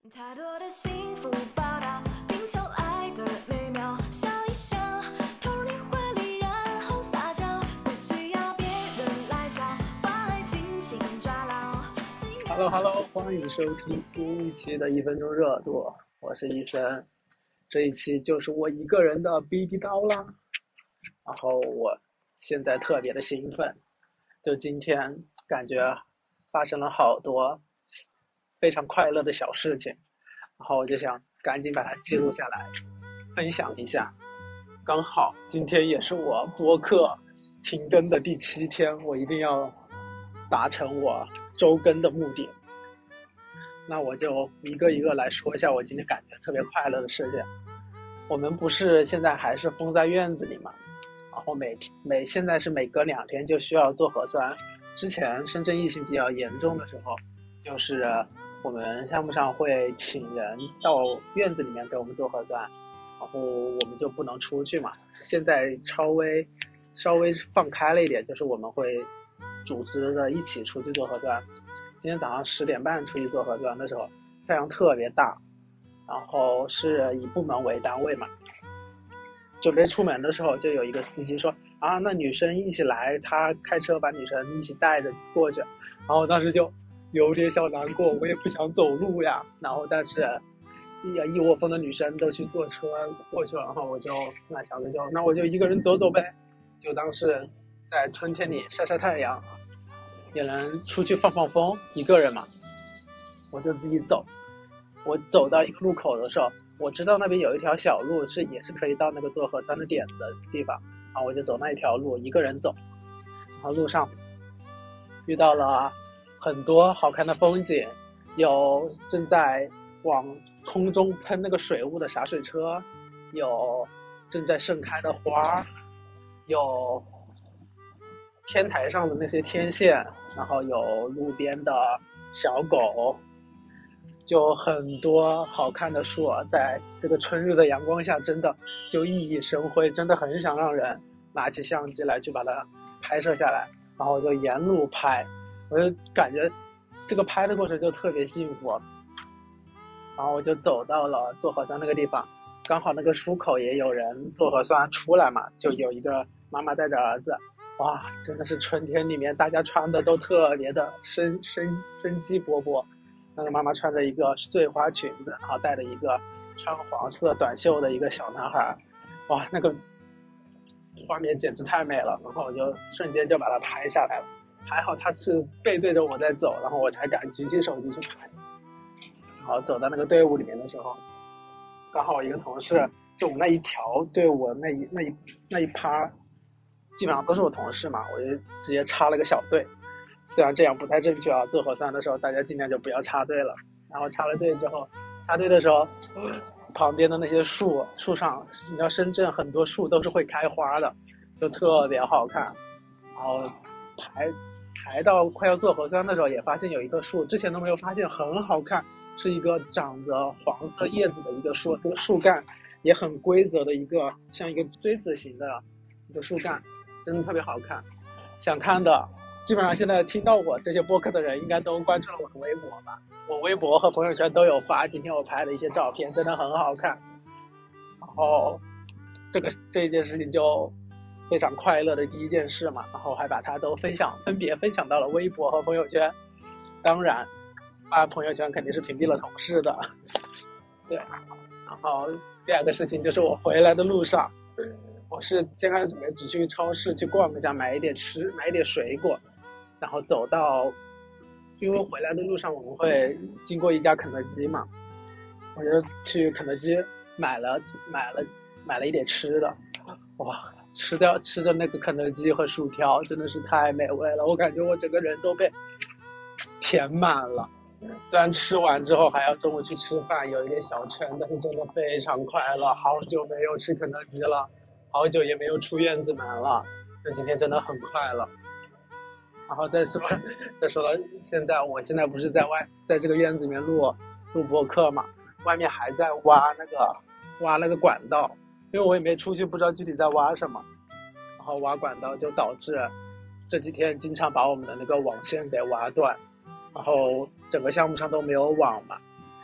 太多的幸福报道，拼凑爱的美妙，想一想，投入你怀里，然后撒娇，不需要别人来教，换来尽情抓牢。 Hello， 欢迎收听新一期的1分钟热度，我是医生。这一期就是我一个人的逼逼叨啦。然后我现在特别的兴奋，就今天感觉发生了好多非常快乐的小事情，然后我就想赶紧把它记录下来，分享一下。刚好今天也是我播客停更的第7天，我一定要达成我周更的目的。那我就一个一个来说一下我今天感觉特别快乐的事情。我们不是现在还是封在院子里嘛，然后现在是每隔2天就需要做核酸。之前深圳疫情比较严重的时候，就是我们项目上会请人到院子里面给我们做核酸，然后我们就不能出去嘛。现在稍微放开了一点，就是我们会组织着一起出去做核酸。今天早上10点半出去做核酸的时候，太阳特别大，然后是以部门为单位嘛。准备出门的时候，就有一个司机说啊，那女生一起来，他开车把女生一起带着过去。然后当时就有点小难过，我也不想走路呀。然后但是一窝蜂的女生都去坐车过去了，然后我就想着那我就一个人走走呗，就当是在春天里晒晒太阳，也能出去放放风，一个人嘛，我就自己走。我走到一个路口的时候，我知道那边有一条小路也是可以到那个做核酸的点的地方，然后我就走那一条路，一个人走。然后路上遇到了很多好看的风景，有正在往空中喷那个水雾的洒水车，有正在盛开的花，有天台上的那些天线，然后有路边的小狗，就很多好看的树，在这个春日的阳光下真的就熠熠生辉，真的很想让人拿起相机来去把它拍摄下来。然后我就沿路拍，我就感觉这个拍的过程就特别幸福。然后我就走到了做核酸那个地方，刚好那个出口也有人做核酸出来嘛，就有一个妈妈带着儿子，哇，真的是春天里面大家穿的都特别的生机勃勃。那个妈妈穿着一个碎花裙子，然后带着一个穿黄色短袖的一个小男孩，哇，那个画面简直太美了。然后我就瞬间就把它拍下来了，还好他是背对着我在走，然后我才敢举起手机去拍。然后走到那个队伍里面的时候，刚好我一个同事，就我们那一条队伍那一趴基本上都是我同事嘛，我就直接插了个小队。虽然这样不太正确啊，做核酸的时候大家尽量就不要插队了。然后插了队之后，插队的时候旁边的那些树上，你知道深圳很多树都是会开花的，就特别好看。然后排到快要做核酸的时候，也发现有一棵树之前都没有发现，很好看，是一个长着黄色叶子的一个树，这个树干也很规则的一个像一个锥子形的一个树干，真的特别好看。想看的基本上现在听到我这些播客的人应该都关注了我的微博吧，我微博和朋友圈都有发今天我拍的一些照片，真的很好看。然后这一件事情就非常快乐的第一件事嘛，然后还把它都分别分享到了微博和朋友圈。当然发朋友圈肯定是屏蔽了同事的，对。然后第二个事情就是我回来的路上，我是先开始准备只去超市去逛一下，买一点水果，然后走到，因为回来的路上我们会经过一家肯德基嘛，我就去肯德基买了一点吃的，哇，吃着那个肯德基和薯条真的是太美味了，我感觉我整个人都被填满了。虽然吃完之后还要中午去吃饭，有一点小撑，但是真的非常快乐。好久没有吃肯德基了，好久也没有出院子门了，那今天真的很快乐。然后再说我现在不是在这个院子里面录播客嘛，外面还在挖那个管道，因为我也没出去，不知道具体在挖什么。然后挖管道就导致这几天经常把我们的那个网线给挖断，然后整个项目上都没有网嘛。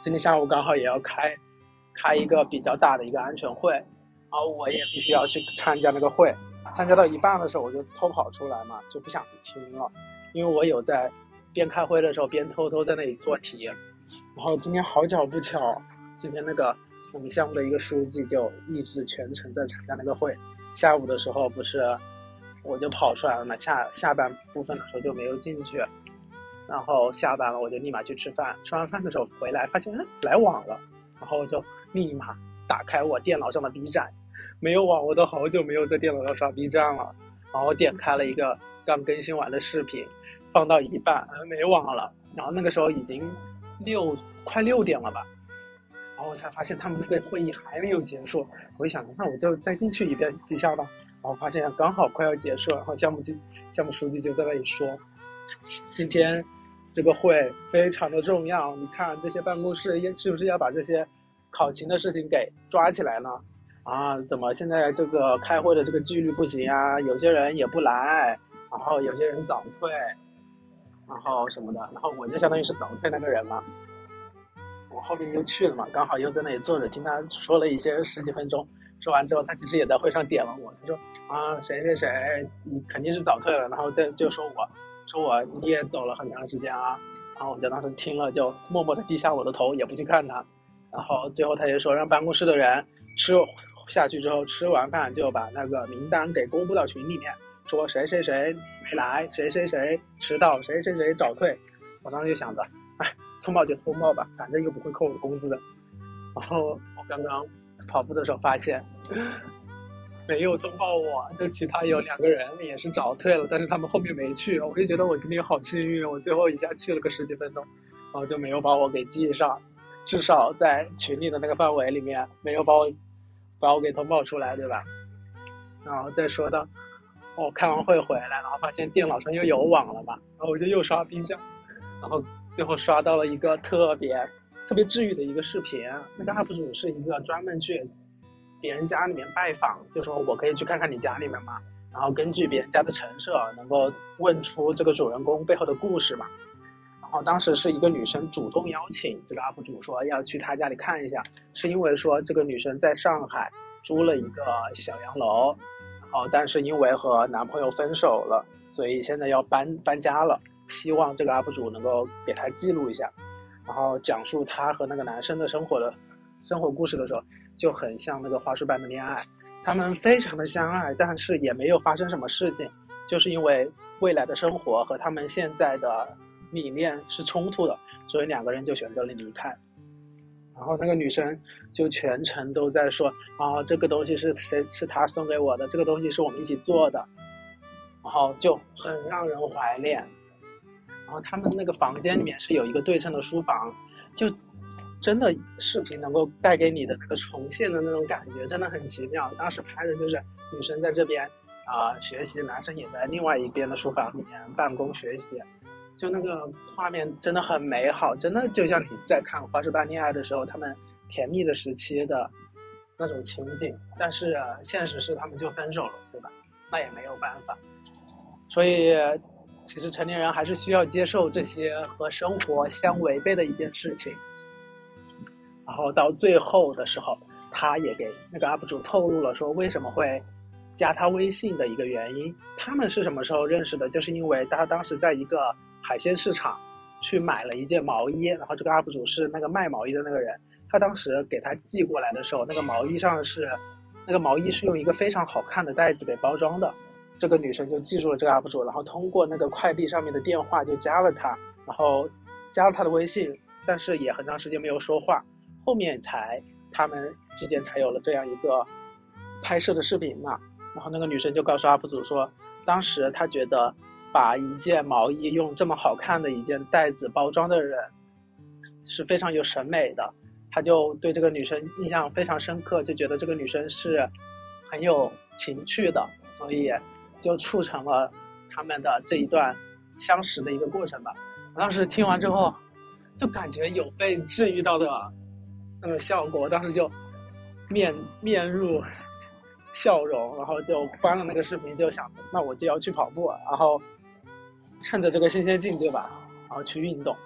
今天下午刚好也要开一个比较大的一个安全会，然后我也必须要去参加那个会。参加到一半的时候，我就偷跑出来嘛，就不想听了，因为我有在边开会的时候边偷偷在那里做题。然后今天好巧不巧，今天那个我们项目的一个书记就一直全程在参加那个会。下午的时候不是我就跑出来了嘛，下半部分的时候就没有进去。然后下班了我就立马去吃饭，吃完饭的时候回来发现来网了，然后就立马打开我电脑上的 B 站，没有网我都好久没有在电脑上刷 B 站了。然后点开了一个刚更新完的视频，放到一半没网了，然后那个时候已经快6点了吧，然后我才发现他们那个会议还没有结束。我一想那我就再进去一下吧，然后发现刚好快要结束，然后项目书记就在那里说，今天这个会非常的重要，你看这些办公室是不是要把这些考勤的事情给抓起来呢？怎么现在这个开会的这个纪律不行啊？有些人也不来，然后有些人早退，然后什么的，然后我就相当于是早退那个人嘛。我后面又去了嘛，刚好又在那里坐着听他说了一些10几分钟，说完之后他其实也在会上点了我，他说谁你肯定是早退了，然后就说我你也走了很长时间啊，然后我就当时听了就默默的低下我的头，也不去看他。然后最后他就说让办公室的人下去之后吃完饭就把那个名单给公布到群里面，说谁没来，谁迟到，谁早退。我当时就想着通报就通报吧，反正又不会扣我的工资的。然后我刚刚跑步的时候发现没有通报我，就其他有2个人也是早退了，但是他们后面没去。我就觉得我今天好幸运，我最后一下去了个10几分钟，然后就没有把我给记上，至少在群里的那个范围里面没有把我给通报出来，对吧？然后再说到我开完会回来，然后发现电脑上又有网了嘛，然后我就又刷 B 站，然后最后刷到了一个特别治愈的一个视频。那个 UP 主是一个专门去别人家里面拜访，就说我可以去看看你家里面嘛，然后根据别人家的陈设能够问出这个主人公背后的故事嘛。然后当时是一个女生主动邀请这个 UP 主说要去她家里看一下，是因为说这个女生在上海租了一个小洋楼，然后但是因为和男朋友分手了，所以现在要搬家了，希望这个 UP 主能够给她记录一下。然后讲述她和那个男生的生活故事的时候，就很像那个花束般的恋爱，他们非常的相爱，但是也没有发生什么事情，就是因为未来的生活和他们现在的理念是冲突的，所以2个人就选择了离开。然后那个女生就全程都在说这个东西是他送给我的，这个东西是我们一起做的，然后就很让人怀念。然后他们那个房间里面是有一个对称的书房，就真的视频能够带给你的那个重现的那种感觉真的很奇妙。当时拍的就是女生在这边学习，男生也在另外一边的书房里面办公学习，就那个画面真的很美好，真的就像你在看《花束般恋爱》的时候他们甜蜜的时期的那种情景。但是现实是他们就分手了，对吧？那也没有办法。所以其实成年人还是需要接受这些和生活相违背的一件事情。然后到最后的时候，他也给那个 UP 主透露了说为什么会加他微信的一个原因。他们是什么时候认识的？就是因为他当时在一个海鲜市场去买了一件毛衣，然后这个 UP 主是那个卖毛衣的那个人，他当时给他寄过来的时候，那个毛衣是用一个非常好看的袋子给包装的。这个女生就记住了这个 UP 主，然后通过那个快递上面的电话就加了他，然后加了他的微信，但是也很长时间没有说话，后面他们之间才有了这样一个拍摄的视频嘛。然后那个女生就告诉 UP 主说，当时她觉得把一件毛衣用这么好看的一件袋子包装的人是非常有审美的，她就对这个女生印象非常深刻，就觉得这个女生是很有情趣的，所以就促成了他们的这一段相识的一个过程吧。我当时听完之后就感觉有被治愈到的那种效果，我当时就面入笑容，然后就关了那个视频，就想那我就要去跑步，然后趁着这个新鲜劲，对吧，然后去运动。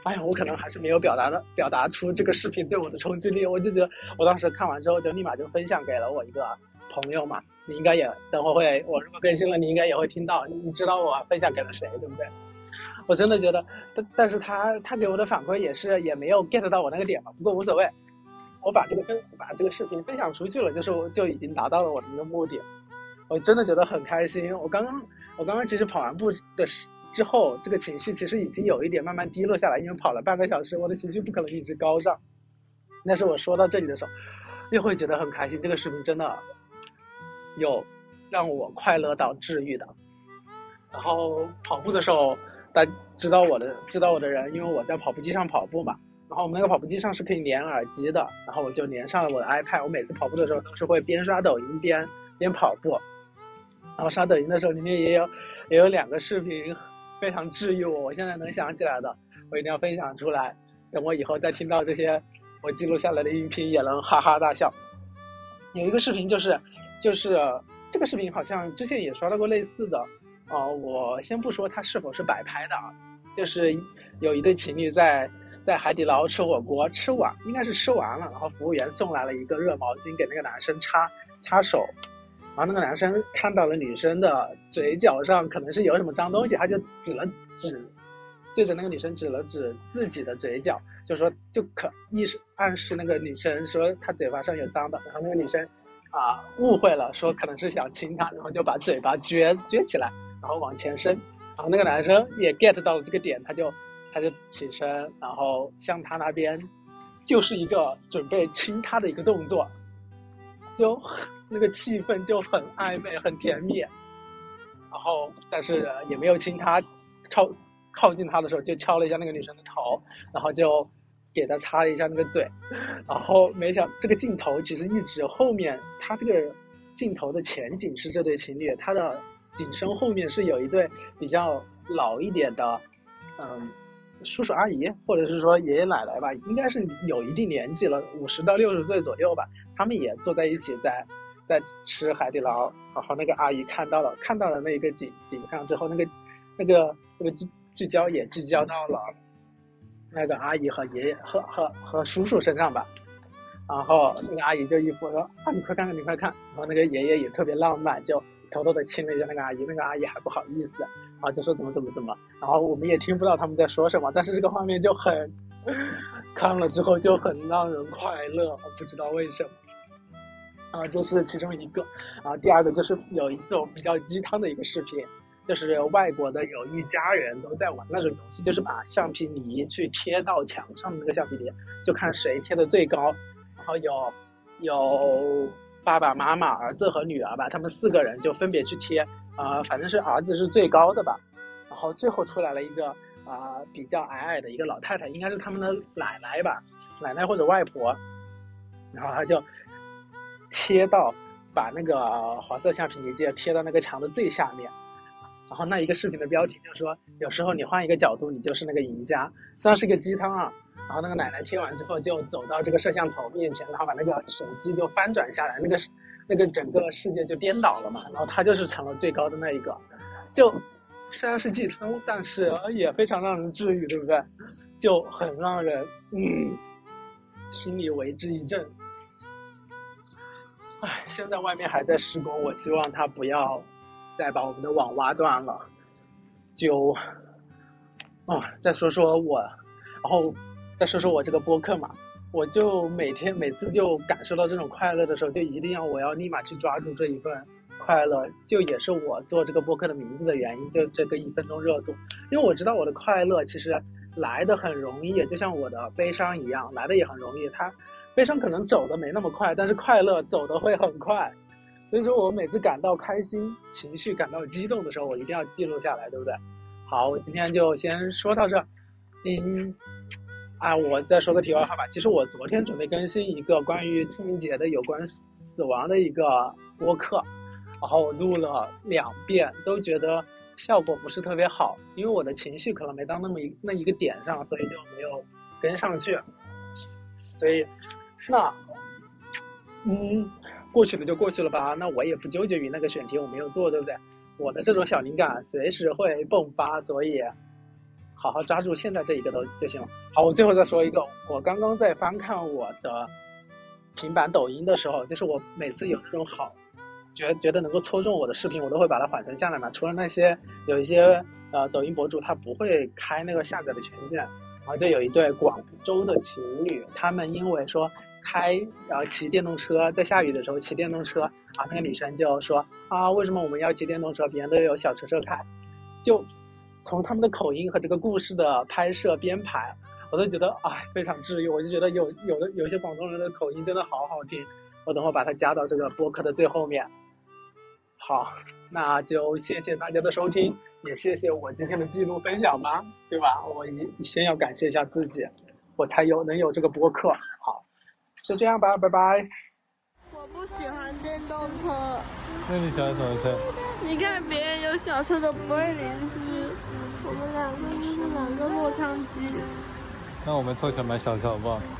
哎呀，我可能还是没有表达出这个视频对我的冲击力。我就觉得我当时看完之后就立马就分享给了我一个朋友嘛，你应该也等会我如果更新了，你应该也会听到，你知道我分享给了谁，对不对？我真的觉得，但是他给我的反馈也没有 get 到我那个点嘛，不过无所谓，我把这个视频分享出去了，就已经达到了我的一个目的。我真的觉得很开心。我刚刚其实跑完步之后，这个情绪其实已经有一点慢慢低落下来，因为跑了半个小时，我的情绪不可能一直高涨。但是我说到这里的时候，又会觉得很开心。这个视频真的有让我快乐到治愈的。然后跑步的时候，大家知道我的人，因为我在跑步机上跑步嘛，然后我们那个跑步机上是可以连耳机的，然后我就连上了我的 iPad。我每次跑步的时候都是会边刷抖音边跑步，然后刷抖音的时候里面也有2个视频非常治愈我现在能想起来的，我一定要分享出来，等我以后再听到这些我记录下来的音频也能哈哈大笑。有一个视频就是这个视频好像之前也刷到过类似的，我先不说它是否是摆拍的啊，就是有一对情侣在海底捞吃火锅，应该是吃完了，然后服务员送来了一个热毛巾给那个男生擦手，然后那个男生看到了女生的嘴角上可能是有什么脏东西，他就对着那个女生指了指自己的嘴角，就说暗示那个女生说她嘴巴上有脏的，然后那个女生误会了，说可能是想亲她，然后就把嘴巴撅起来，然后往前伸，然后那个男生也 get 到了这个点，他就起身，然后向他那边就是一个准备亲他的一个动作，就那个气氛就很暧昧很甜蜜，然后但是也没有亲他，靠近他的时候就敲了一下那个女生的头，然后就给她擦了一下那个嘴，然后没想这个镜头其实一直后面，他这个镜头的前景是这对情侣，他的景深后面是有一对比较老一点的叔叔阿姨或者是说爷爷奶奶吧，应该是有一定年纪了，50到60岁左右吧，他们也坐在一起在吃海底捞，然后那个阿姨看到了那个景象之后，那个聚焦也聚焦到了那个阿姨和爷爷和叔叔身上吧，然后那个阿姨就一副说你快看，然后那个爷爷也特别浪漫，就偷偷的亲了一下那个阿姨，那个阿姨还不好意思，然后就说怎么，然后我们也听不到他们在说什么，但是这个画面就很看了之后就很让人快乐，不知道为什么。这是其中一个。第二个就是有一种比较鸡汤的一个视频，就是外国的有一家人都在玩那种游戏，就是把橡皮泥去贴到墙上的那个橡皮泥，就看谁贴的最高，然后有爸爸妈妈儿子和女儿吧，他们4个人就分别去贴，反正是儿子是最高的吧，然后最后出来了一个比较矮的一个老太太，应该是他们的奶奶吧，奶奶或者外婆，然后他就把那个黄色橡皮泥贴到那个墙的最下面，然后那一个视频的标题就是说，有时候你换一个角度，你就是那个赢家，虽然是个鸡汤啊。然后那个奶奶贴完之后就走到这个摄像头面前，然后把那个手机就翻转下来，那个整个世界就颠倒了嘛，然后他就是成了最高的那一个，就虽然是鸡汤，但是也非常让人治愈，对不对？就很让人心里为之一振。现在外面还在施工，我希望他不要再把我们的网挖断了。就再说说我，然后再说说我这个播客嘛，我就每次就感受到这种快乐的时候，就一定我要立马去抓住这一份快乐，就也是我做这个播客的名字的原因，就这个1分钟热度。因为我知道我的快乐其实来的很容易，就像我的悲伤一样，来的也很容易，它悲伤可能走的没那么快，但是快乐走的会很快。所以说我每次感到开心情绪感到激动的时候，我一定要记录下来，对不对？好，我今天就先说到这。我再说个题外话吧。其实我昨天准备更新一个关于清明节的有关死亡的一个播客，然后我录了2遍，都觉得效果不是特别好，因为我的情绪可能没到那一个点上，所以就没有跟上去。所以过去了就过去了吧，那我也不纠结于那个选题我没有做，对不对？我的这种小灵感随时会迸发，所以好好抓住现在这一个就行了。好，我最后再说一个，我刚刚在翻看我的平板抖音的时候，就是我每次有这种觉得能够戳中我的视频，我都会把它缓存下来嘛。除了那些有一些抖音博主他不会开那个下载的权限，然后就有一对广州的情侣，他们因为说骑电动车，在下雨的时候骑电动车啊，那个女生就说啊，为什么我们要骑电动车？别人都有小车车开。就从他们的口音和这个故事的拍摄编排，我都觉得非常治愈。我就觉得有些广东人的口音真的好好听，我等会把它加到这个播客的最后面。好，那就谢谢大家的收听，也谢谢我今天的记录分享吧，对吧？我先要感谢一下自己，我才能有这个播客。好，就这样吧，拜拜。 我不喜欢电动车。 那你喜欢什么车？ 你看别人有小车都不会淋湿，我们两个就是两个落汤鸡。 那我们凑钱买小车好不好？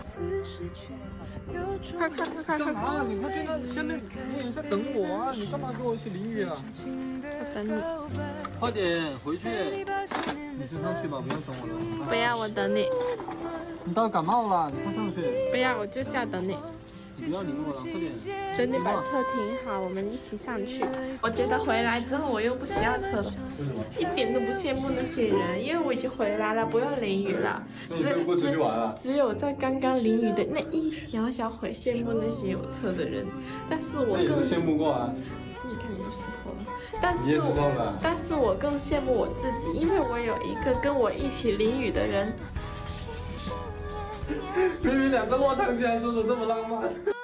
快！ 干嘛？你快去那下面露营车等我啊！你干嘛跟我一起淋雨啊？ 我等你。 快点回去，你先上去吧，不用等我了。 不要，我等你。 你到感冒了，你快上去。 不要，我就下等你。 你不要理我了，快点。 等你把车停好，我们一起上去。我觉得回来之后我又不需要车了， 为什么？ 一点都不羡慕那些人，因为我已经回来了，不用淋雨了。 那你就不出去玩了？ 只有在刚刚淋雨的那一小小会羡慕那些有车的人，但是我更羡慕过啊。 你看你就石头了， 你也是这样的。 但是我更羡慕我自己，因为我有一个跟我一起淋雨的人。 明明两个落汤鸡还说的这么浪漫。